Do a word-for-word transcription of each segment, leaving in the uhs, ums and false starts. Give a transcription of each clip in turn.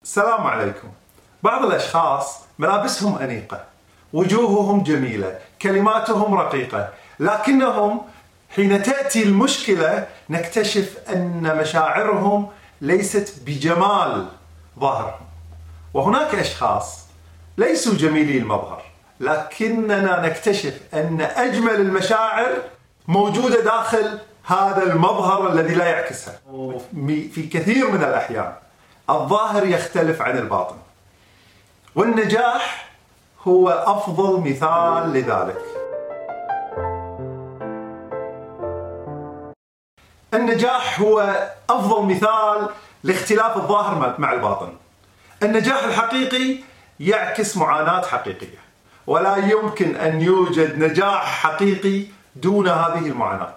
السلام عليكم. بعض الأشخاص ملابسهم أنيقة، وجوههم جميلة، كلماتهم رقيقة، لكنهم حين تأتي المشكلة نكتشف أن مشاعرهم ليست بجمال ظاهرهم. وهناك أشخاص ليسوا جميلي المظهر، لكننا نكتشف أن أجمل المشاعر موجودة داخل هذا المظهر الذي لا يعكسها. في كثير من الأحيان الظاهر يختلف عن الباطن، والنجاح هو أفضل مثال لذلك. النجاح هو أفضل مثال لاختلاف الظاهر مع الباطن. النجاح الحقيقي يعكس معاناة حقيقية، ولا يمكن أن يوجد نجاح حقيقي دون هذه المعاناة.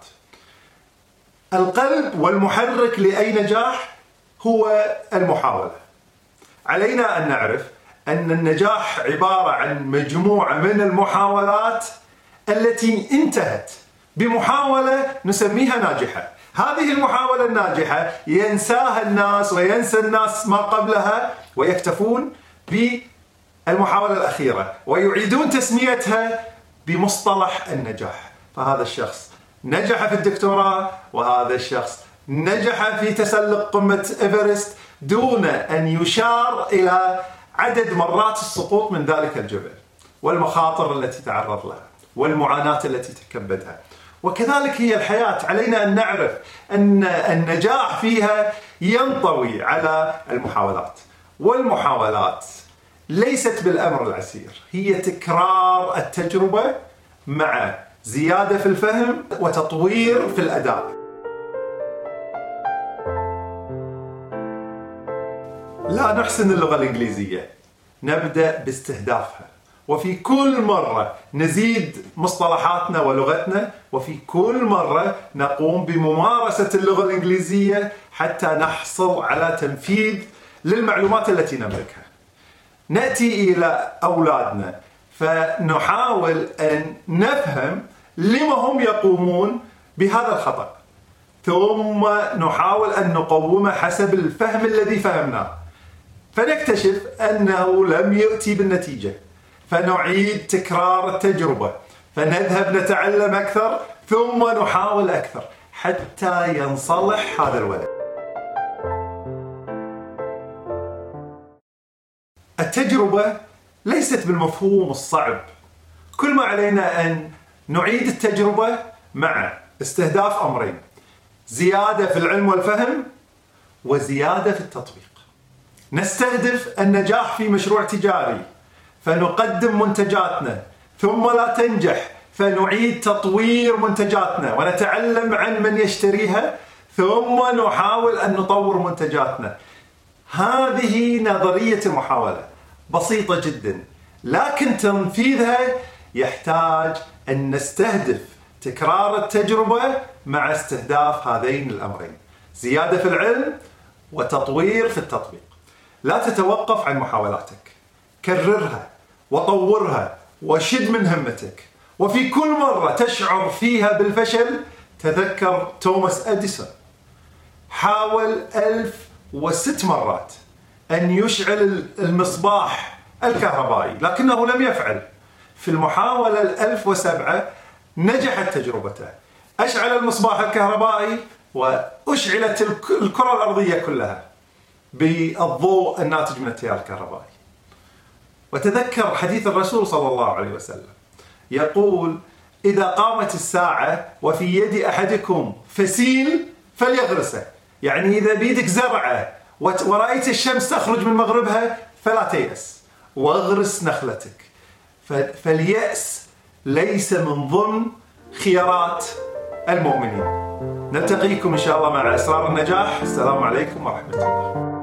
القلب والمحرك لأي نجاح هو المحاولة. علينا أن نعرف أن النجاح عبارة عن مجموعة من المحاولات التي انتهت بمحاولة نسميها ناجحة. هذه المحاولة الناجحة ينساها الناس وينسى الناس ما قبلها، ويكتفون بالمحاولة الأخيرة ويعيدون تسميتها بمصطلح النجاح. فهذا الشخص نجح في الدكتوراه، وهذا الشخص نجح في تسلق قمة إيفرست دون أن يشار إلى عدد مرات السقوط من ذلك الجبل، والمخاطر التي تعرض لها، والمعاناة التي تكبدها. وكذلك هي الحياة، علينا أن نعرف أن النجاح فيها ينطوي على المحاولات، والمحاولات ليست بالأمر العسير، هي تكرار التجربة مع زيادة في الفهم وتطوير في الأداء. لا نحسن اللغة الإنجليزية، نبدأ باستهدافها، وفي كل مرة نزيد مصطلحاتنا ولغتنا، وفي كل مرة نقوم بممارسة اللغة الإنجليزية حتى نحصل على تنفيذ للمعلومات التي نملكها. نأتي إلى أولادنا فنحاول أن نفهم لما هم يقومون بهذا الخطأ، ثم نحاول أن نقومه حسب الفهم الذي فهمناه، فنكتشف أنه لم يأتي بالنتيجة، فنعيد تكرار التجربة، فنذهب نتعلم أكثر، ثم نحاول أكثر حتى ينصلح هذا الولد. التجربة ليست بالمفهوم الصعب، كل ما علينا أن نعيد التجربة مع استهداف أمرين: زيادة في العلم والفهم، وزيادة في التطبيق. نستهدف النجاح في مشروع تجاري فنقدم منتجاتنا، ثم لا تنجح فنعيد تطوير منتجاتنا ونتعلم عن من يشتريها، ثم نحاول أن نطور منتجاتنا. هذه نظرية المحاولة، بسيطة جدا، لكن تنفيذها يحتاج أن نستهدف تكرار التجربة مع استهداف هذين الأمرين: زيادة في العلم وتطوير في التطبيق. لا تتوقف عن محاولاتك، كررها وطورها وشد من همتك، وفي كل مرة تشعر فيها بالفشل تذكر توماس أديسون. حاول ألف وست مرات أن يشعل المصباح الكهربائي لكنه لم يفعل. في المحاولة الألف وسبعة نجحت تجربته، أشعل المصباح الكهربائي وأشعلت الكرة الأرضية كلها بالضوء الناتج من التيار الكهربائي. وتذكر حديث الرسول صلى الله عليه وسلم يقول: إذا قامت الساعة وفي يد أحدكم فسيل فليغرسه. يعني إذا بيدك زرعة ورأيت الشمس تخرج من مغربها فلا تيأس، واغرس نخلتك. فاليأس ليس من ضمن خيارات المؤمنين. نلتقيكم إن شاء الله مع أسرار النجاح. السلام عليكم ورحمة الله.